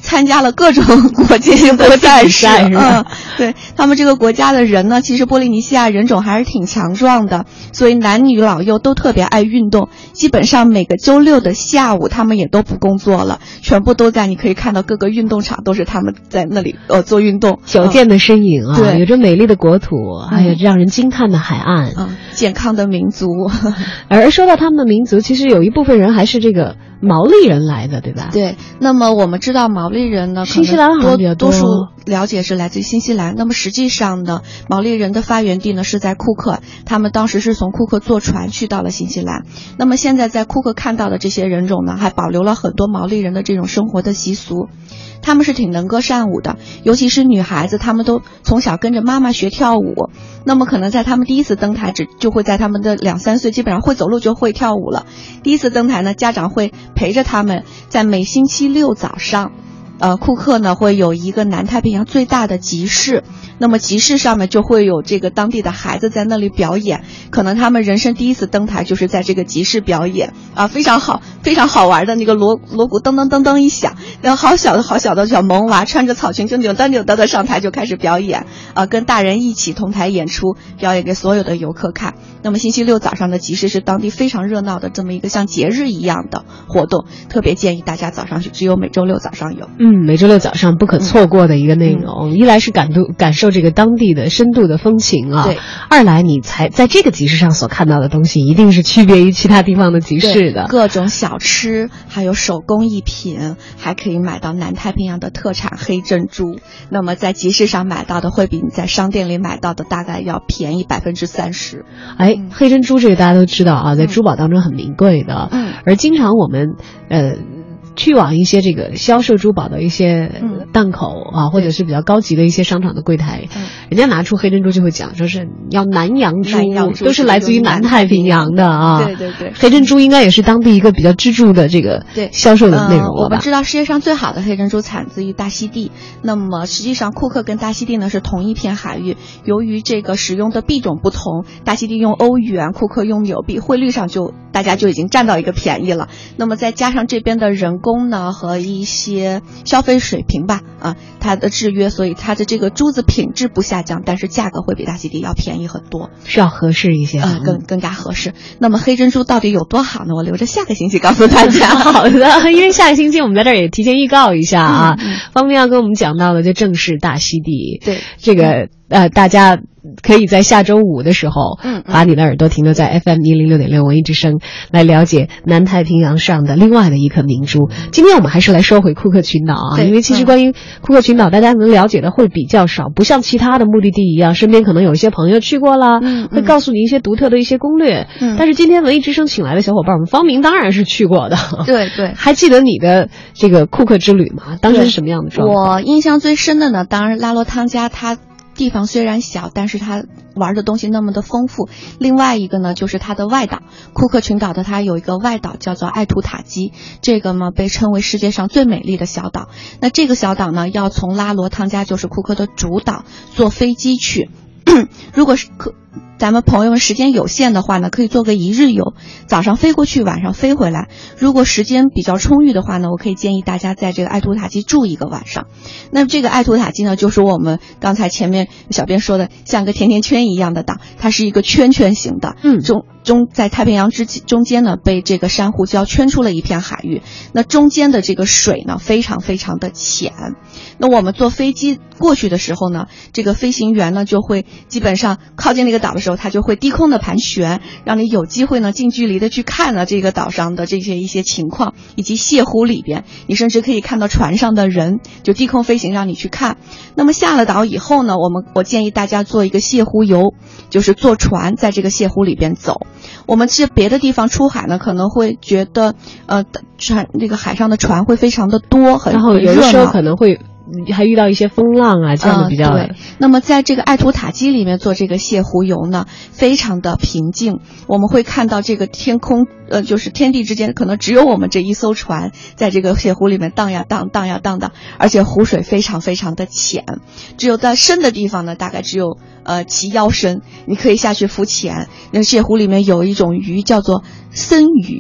参加了各种国际性的赛事， 嗯， 对，他们这个国家的人呢，其实波利尼西亚人种还是挺强壮的，所以男女老幼都特别爱运动。基本上每个周六的下午，他们也都不工作了，全部都在你可以看到各个运动场都是他们在那里呃做运动， 矫健的身影啊， 对， 有着美丽的国土，还有让人惊叹的海岸， 嗯，健康的民族。 而说到他们的民族，其实有一部分人还是这个毛利人来的，对吧？ 对，那么我们知道毛利人呢， 新西兰好像比较多， 多数了解是来自于新西兰。那么实际上呢，毛利人的发源地呢是在库克，他们当时是从库克坐船去到了新西兰。那么现在在库克看到的这些人种呢，还保留了很多毛利人的这种生活的习俗。他们是挺能歌善舞的，尤其是女孩子，她们都从小跟着妈妈学跳舞。那么可能在他们第一次登台只就会在他们的两三岁，基本上会走路就会跳舞了。第一次登台呢，家长会陪着他们，在每星期六早上，呃，库克呢会有一个南太平洋最大的集市，那么集市上面就会有这个当地的孩子在那里表演，可能他们人生第一次登台就是在这个集市表演啊，非常好，非常好玩的那个锣锣鼓噔噔噔噔一响，然后好小的好小的小萌娃穿着草裙就扭哒扭哒的上台就开始表演啊，跟大人一起同台演出，表演给所有的游客看。那么星期六早上的集市是当地非常热闹的这么一个像节日一样的活动，特别建议大家早上去，只有每周六早上有。 嗯，每周六早上不可错过的一个内容。嗯、一来是感度感受这个当地的深度的风情啊， 对； 二来你才在这个集市上所看到的东西，一定是区别于其他地方的集市的。 各种小吃，还有手工艺品，还可以买到南太平洋的特产黑珍珠。那么在集市上买到的会比你在商店里买到的大概要便宜百分之三十。 哎，嗯、黑珍珠这个大家都知道啊，在珠宝当中很名贵的。 嗯， 而经常我们呃。去往一些这个销售珠宝的一些档口啊，或者是比较高级的一些商场的柜台， 嗯、 人家拿出黑珍珠就会讲，说是要南洋珠， 南洋珠都是来自于南太平洋的啊。 对对对， 黑珍珠应该也是当地一个比较支柱的这个销售的内容了吧？ 呃、我们知道世界上最好的黑珍珠产自于大溪地，那么实际上库克跟大溪地呢是同一片海域，由于这个使用的币种不同，大溪地用欧元，库克用纽币，汇率上就大家就已经占到一个便宜了。那么再加上这边的人工呢和一些消费水平吧，啊，它的制约，所以它的这个珠子品质不下降，但是价格会比大溪地要便宜很多， 是要合适一些， 呃，更更加合适。那么黑珍珠到底有多好呢？我留着下个星期告诉大家。 好的，因为下个星期我们在这儿也提前预告一下啊， 嗯嗯、 方面要跟我们讲到的就正是大溪地， 对这个呃大家。可以在下周五的时候， 嗯， 把你的耳朵停留在 F M 一零六点六文艺之声，来了解南太平洋上的另外的一颗明珠。今天我们还是来说回库克群岛啊，因为其实关于库克群岛，大家能了解的会比较少，不像其他的目的地一样，身边可能有一些朋友去过了， 嗯， 会告诉你一些独特的一些攻略。 嗯， 但是今天文艺之声请来的小伙伴，我们方明当然是去过的。 对对， 还记得你的这个库克之旅吗？当时是什么样的状态？ 我印象最深的呢，当然拉罗汤加它。地方虽然小，但是它玩的东西那么的丰富。另外一个呢，就是它的外岛，库克群岛的它有一个外岛叫做艾图塔基，这个嘛被称为世界上最美丽的小岛。那这个小岛呢，要从拉罗汤加就是库克的主岛坐飞机去。如果是可咱们朋友们时间有限的话呢，可以做个一日游，早上飞过去，晚上飞回来。如果时间比较充裕的话呢，我可以建议大家在这个艾图塔基住一个晚上。那这个艾图塔基呢，就是我们刚才前面小编说的像个甜甜圈一样的岛，它是一个圈圈形的， 嗯， 中中在太平洋之中间呢，被这个珊瑚礁圈出了一片海域。那中间的这个水呢，非常非常的浅。那我们坐飞机过去的时候呢，这个飞行员呢就会基本上靠近那个岛的时候，他就会低空的盘旋，让你有机会呢近距离的去看呢这个岛上的这些一些情况，以及泻湖里边，你甚至可以看到船上的人，就低空飞行让你去看。那么下了岛以后呢，我们我建议大家做一个泻湖游，就是坐船在这个泻湖里边走。我们去别的地方出海呢，可能会觉得呃船这个海上的船会非常的多，很然后有的时候可能会还遇到一些风浪啊，这样的比较、 呃、对。那么在这个艾图塔基里面做这个泻湖游呢，非常的平静。我们会看到这个天空，呃，就是天地之间可能只有我们这一艘船在这个泻湖里面荡呀荡，荡呀荡的，而且湖水非常非常的浅，只有在深的地方呢，大概只有呃齐腰深，你可以下去浮潜。那泻湖里面有一种鱼叫做森鱼。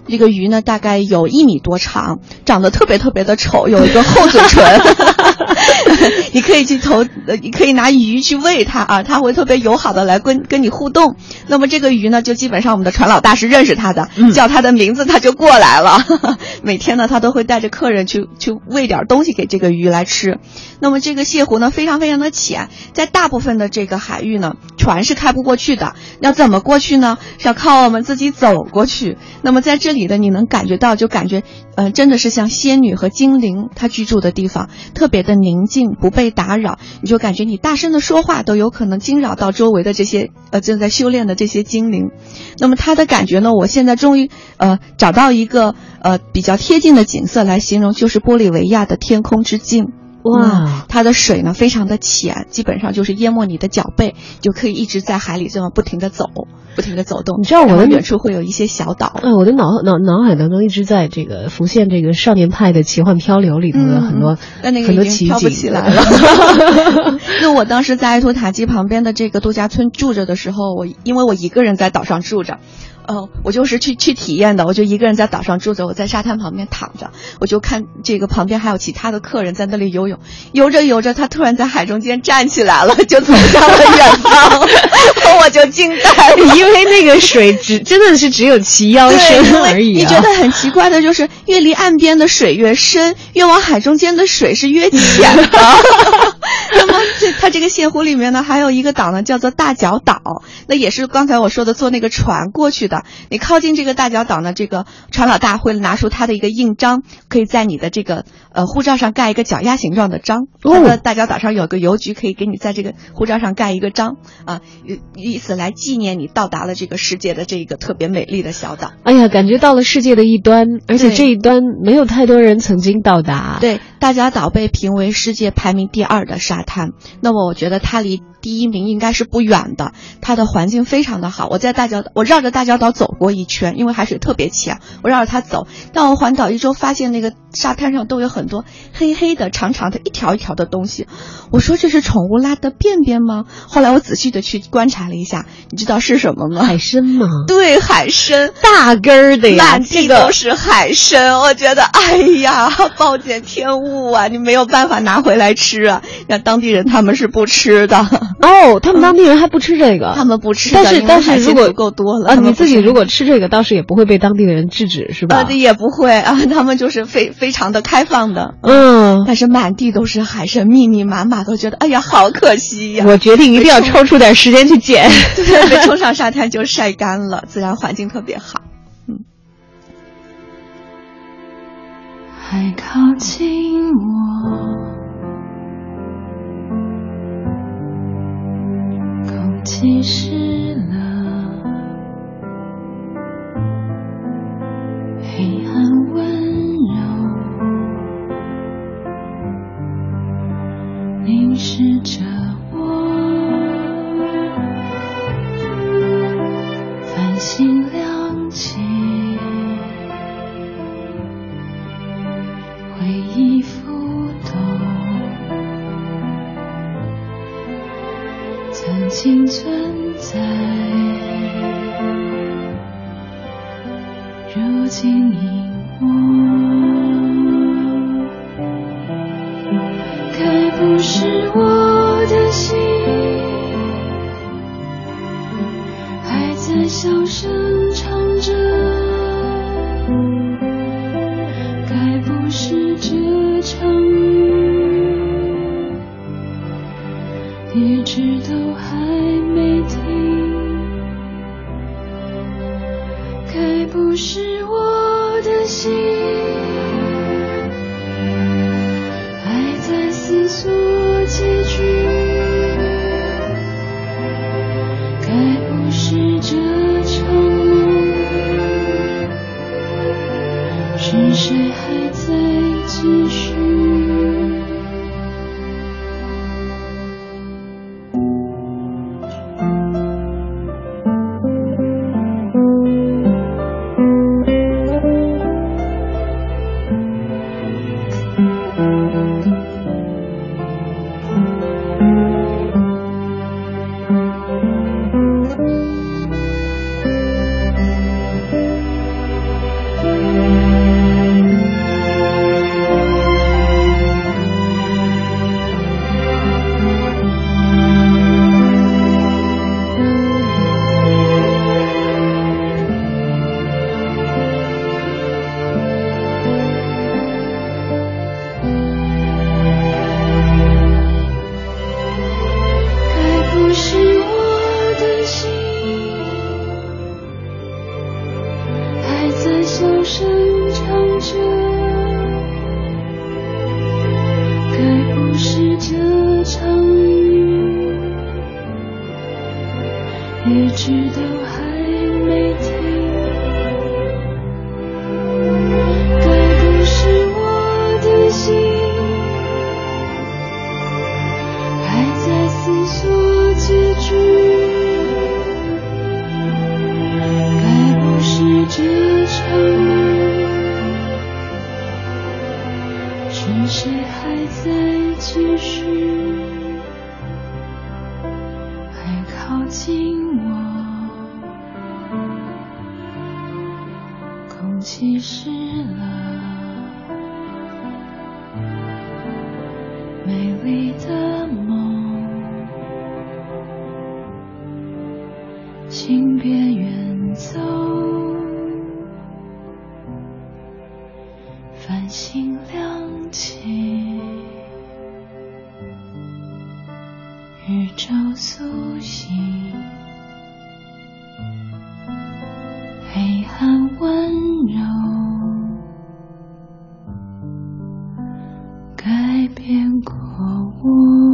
这个鱼呢大概有一米多长，长得特别特别的丑，有一个厚嘴唇。你可以去投，呃，你可以拿鱼去喂它啊，它会特别友好的来跟跟你互动。那么这个鱼呢，就基本上我们的船老大是认识它的，嗯、叫它的名字它就过来了。每天呢，他都会带着客人去去喂点东西给这个鱼来吃。那么这个泻湖呢，非常非常的浅，在大部分的这个海域呢，船是开不过去的。要怎么过去呢？是要靠我们自己走过去。那么在这里呢，你能感觉到，就感觉，呃，真的是像仙女和精灵她居住的地方，特别的宁静，不被打扰。你就感觉你大声的说话都有可能惊扰到周围的这些呃正在修炼的这些精灵。那么它的感觉呢，我现在终于呃找到一个呃比较贴近的景色来形容，就是玻利维亚的天空之镜。哇、嗯，它的水呢非常的浅，基本上就是淹没你的脚背，就可以一直在海里这么不停的走，不停的走动。 你知道我的远处会有一些小岛。 嗯，我的脑脑脑海当中一直在这个浮现这个少年派的奇幻漂流里头的很多、 嗯、那很多奇景。 飘不起来了。那我当时在埃图塔基旁边的这个度假村住着的时候，我因为我一个人在岛上住着。呃，我就是去去体验的，我就一个人在岛上住着，我在沙滩旁边躺着，我就看这个旁边还有其他的客人在那里游泳，游着游着，他突然在海中间站起来了，就走向了远方，我就惊呆了， 因为那个水只真的是只有齐腰深而已、啊。 你觉得很奇怪的就是，越离岸边的水越深，越往海中间的水是越浅的。那么这它这个泻湖里面呢，还有一个岛呢，叫做大角岛，那也是刚才我说的坐那个船过去的。你靠近这个大角岛呢，这个船老大会拿出他的一个印章，可以在你的这个呃护照上盖一个脚丫形状的章。他的大角岛上有个邮局，可以给你在这个护照上盖一个章啊，以此来纪念你到达了这个世界的这个特别美丽的小岛。 哎呀，感觉到了世界的一端，而且这一端没有太多人曾经到达。 对，大角岛被评为世界排名第二的沙滩，那么我觉得它离第一名应该是不远的，它的环境非常的好。我在大角岛，我绕着大角岛走过一圈，因为海水特别浅，我绕着它走。当我环岛一周，发现那个沙滩上都有很多黑黑的、长长的、一条一条的东西。我说这是宠物拉的便便吗？后来我仔细的去观察了一下，你知道是什么吗？ 海参吗？ 对，海参， 大根儿的呀， 满地都是海参。这个、我觉得，哎呀，暴殄天物啊！你没有办法拿回来吃啊，让当地人他们是不吃的。 哦，他们当地人还不吃这个， 嗯、他们不吃的， 但是但是如果够多了啊，你自己如果吃这个，倒是也不会被当地的人制止，是吧？ 啊，也不会啊，他们就是非非常的开放的， 嗯。 但是满地都是海参，密密麻麻，都觉得哎呀，好可惜呀！ 我决定一定要抽出点时间去捡。 对，被冲上沙滩就晒干了，自然环境特别好。嗯。 还靠近我。空气湿了，黑暗温柔，凝视着我，繁星亮起，回忆浮动。曾经存在，如今隐没。该不是我的心，还在小声唱着。该不是这场雨，一直都还没停，该不是我的心还在思索结局，该不是这场梦是谁还在继续。 一直都还没停，该不是我的心还在思索结局，该不是这场梦是谁还在继续，还靠近我，空气湿了，美丽的梦，请别远走，繁星亮起，宇宙苏醒，黑暗温柔，改变过我。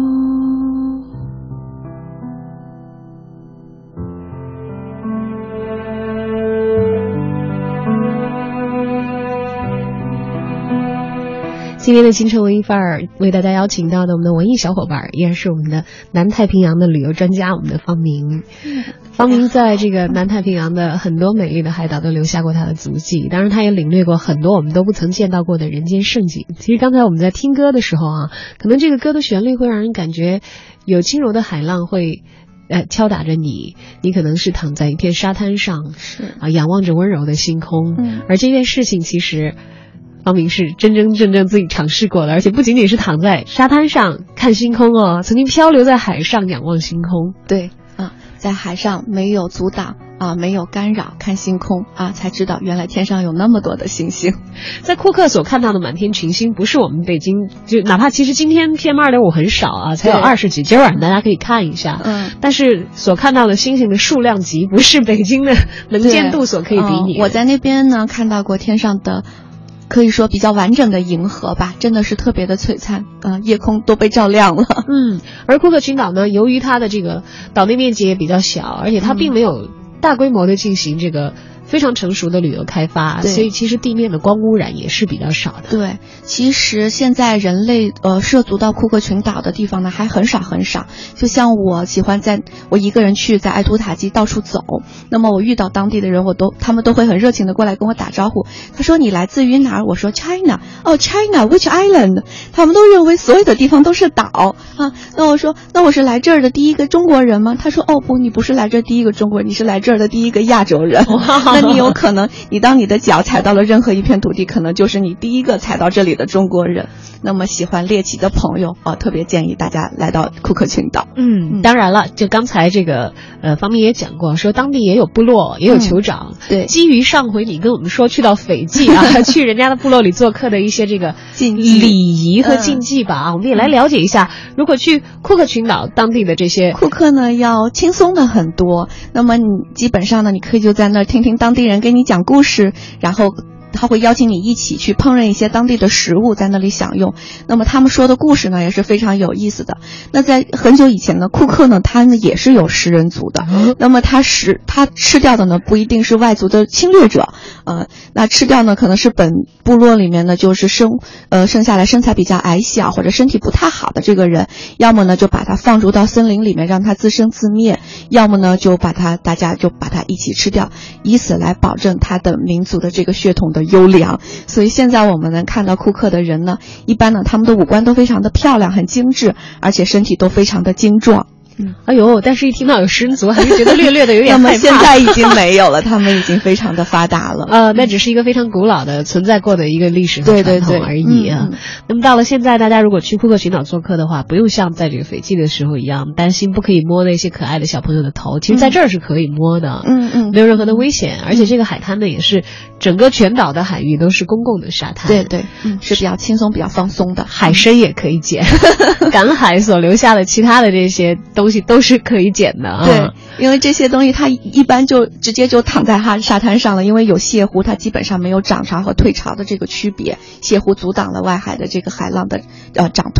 今天的清晨文艺范儿为大家邀请到的我们的文艺小伙伴，依然是我们的南太平洋的旅游专家，我们的方明。方明在这个南太平洋的很多美丽的海岛都留下过他的足迹，当然他也领略过很多我们都不曾见到过的人间盛景。其实刚才我们在听歌的时候啊，可能这个歌的旋律会让人感觉有轻柔的海浪会呃，敲打着你，你可能是躺在一片沙滩上， 是啊，仰望着温柔的星空。 嗯， 而这件事情其实方明是真真正正自己尝试过的，而且不仅仅是躺在沙滩上看星空哦，曾经漂流在海上仰望星空。 对啊，在海上没有阻挡啊，没有干扰，看星空啊，才知道原来天上有那么多的星星。 在库克所看到的满天群星，不是我们北京，就哪怕其实今天 P M 二点五 很少啊，才有二十几，今儿晚上大家可以看一下。 嗯， 但是所看到的星星的数量级，不是北京的能见度所可以比拟、 嗯。我在那边呢看到过天上的，可以说比较完整的银河吧，真的是特别的璀璨，嗯、呃，夜空都被照亮了。 嗯，而库克群岛呢，由于它的这个岛内面积也比较小，而且它并没有大规模的进行这个非常成熟的旅游开发，所以其实地面的光污染也是比较少的。 对，其实现在人类呃涉足到库克群岛的地方呢还很少很少。就像我喜欢在我一个人去在爱图塔基到处走，那么我遇到当地的人，我都他们都会很热情的过来跟我打招呼。他说你来自于哪儿？我说 China。哦 China which island？ 他们都认为所有的地方都是岛啊。那我说那我是来这儿的第一个中国人吗？他说哦不，你不是来这儿第一个中国人，你是来这儿的第一个亚洲人。那你有可能，你当你的脚踩到了任何一片土地，可能就是你第一个踩到这里的中国人。那么喜欢猎奇的朋友啊，特别建议大家来到库克群岛。 嗯，当然了，就刚才这个呃方面也讲过，说当地也有部落，也有酋长。 嗯、对， 基于上回你跟我们说去到斐济啊，去人家的部落里做客的一些这个礼仪和禁忌吧，嗯、我们也来了解一下，如果去库克群岛当地的这些库克呢，要轻松的很多。那么你基本上呢，你可以就在那儿听听当地人给你讲故事，然后他会邀请你一起去烹饪一些当地的食物，在那里享用。那么他们说的故事呢也是非常有意思的。那在很久以前呢，库克呢他呢也是有食人族的。嗯、那么他食他吃掉的呢不一定是外族的侵略者，呃，那吃掉呢可能是本部落里面呢就是生呃生下来身材比较矮小或者身体不太好的这个人，要么呢就把他放逐到森林里面让他自生自灭，要么呢就把他大家就把他一起吃掉，以此来保证他的民族的这个血统的优良。所以现在我们能看到库克的人呢，一般呢他们的五官都非常的漂亮，很精致，而且身体都非常的精壮。 嗯，哎呦，但是一听到有食人族，还是觉得略略的有点害怕。 那么现在已经没有了，他们已经非常的发达了。 呃，那只是一个非常古老的存在过的一个历史和传统而已啊。 对对对嗯、 那么到了现在，大家如果去库克群岛做客的话，不用像在这个斐济的时候一样担心不可以摸那些可爱的小朋友的头，其实在这儿是可以摸的， 嗯嗯， 没有任何的危险。而且这个海滩呢，也是整个全岛的海域都是公共的沙滩， 对对，嗯，是比较轻松、比较放松的， 海参也可以捡，赶海所留下的其他的这些东西都是可以捡的啊。 对，因为这些东西它一般就直接就躺在它沙滩上了，因为有泻湖，它基本上没有涨潮和退潮的这个区别，泻湖阻挡了外海的这个海浪的呃涨退。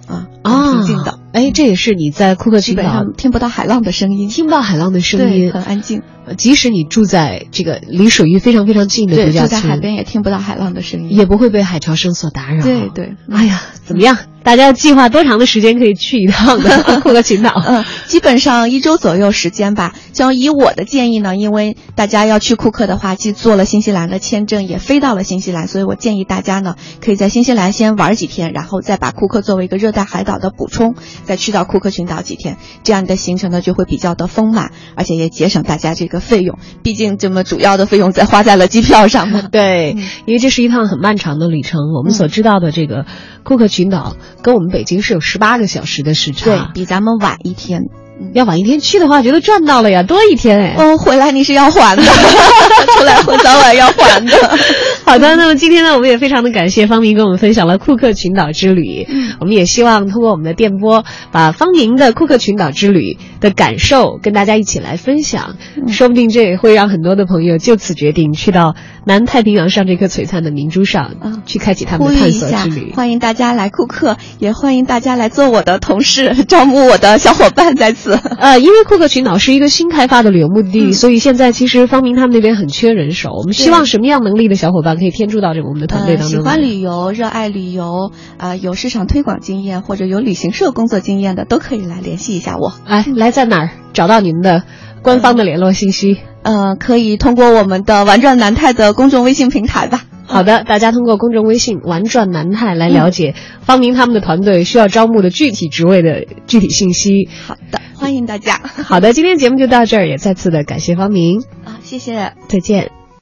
啊， 啊， 平静的。 哎，这也是你在库克群岛基本上听不到海浪的声音， 听不到海浪的声音， 对，很安静。 即使你住在这个离水域非常非常近的度假村， 住在海边也听不到海浪的声音， 也不会被海潮声所打扰。 对对， 哎呀，怎么样？大家计划多长的时间可以去一趟的库克群岛？ 嗯，基本上一周左右时间吧。像以我的建议呢，因为大家要去库克的话，既做了新西兰的签证，也飞到了新西兰，所以我建议大家呢，可以在新西兰先玩几天，然后再把库克作为一个热带海岛的补充，再去到库克群岛几天，这样你的行程呢就会比较的丰满，而且也节省大家这个费用。毕竟这么主要的费用在花在了机票上嘛。 对，嗯、因为这是一趟很漫长的旅程。我们所知道的这个库克群岛跟我们北京是有十八个小时的时差， 对比咱们晚一天。 要晚一天去的话，觉得赚到了呀，多一天哎。 嗯，回来你是要还的，出来回早晚要还的。 好的，那么今天呢，我们也非常的感谢方明跟我们分享了库克群岛之旅。嗯，我们也希望通过我们的电波，把方明的库克群岛之旅的感受跟大家一起来分享。嗯、说不定这也会让很多的朋友就此决定去到南太平洋上这颗璀璨的明珠上，嗯、去开启他们的探索之旅。 欢迎大家来库克，也欢迎大家来做我的同事，招募我的小伙伴在此。 呃，因为库克群岛是一个新开发的旅游目的地，嗯、所以现在其实方明他们那边很缺人手。我们希望什么样能力的小伙伴可以添注到这个我们的团队当中？ 呃、喜欢旅游、热爱旅游，啊、呃，有市场推广经验或者有旅行社工作经验的，都可以来联系一下我。 来，来在哪儿找到你们的官方的联络信息？ 呃，可以通过我们的玩转南泰的公众微信平台吧。 好的，大家通过公众微信玩转南泰来了解方明他们的团队需要招募的具体职位的具体信息。 好的，欢迎大家。 好的，今天节目就到这儿，也再次的感谢方明。 啊，谢谢， 再见。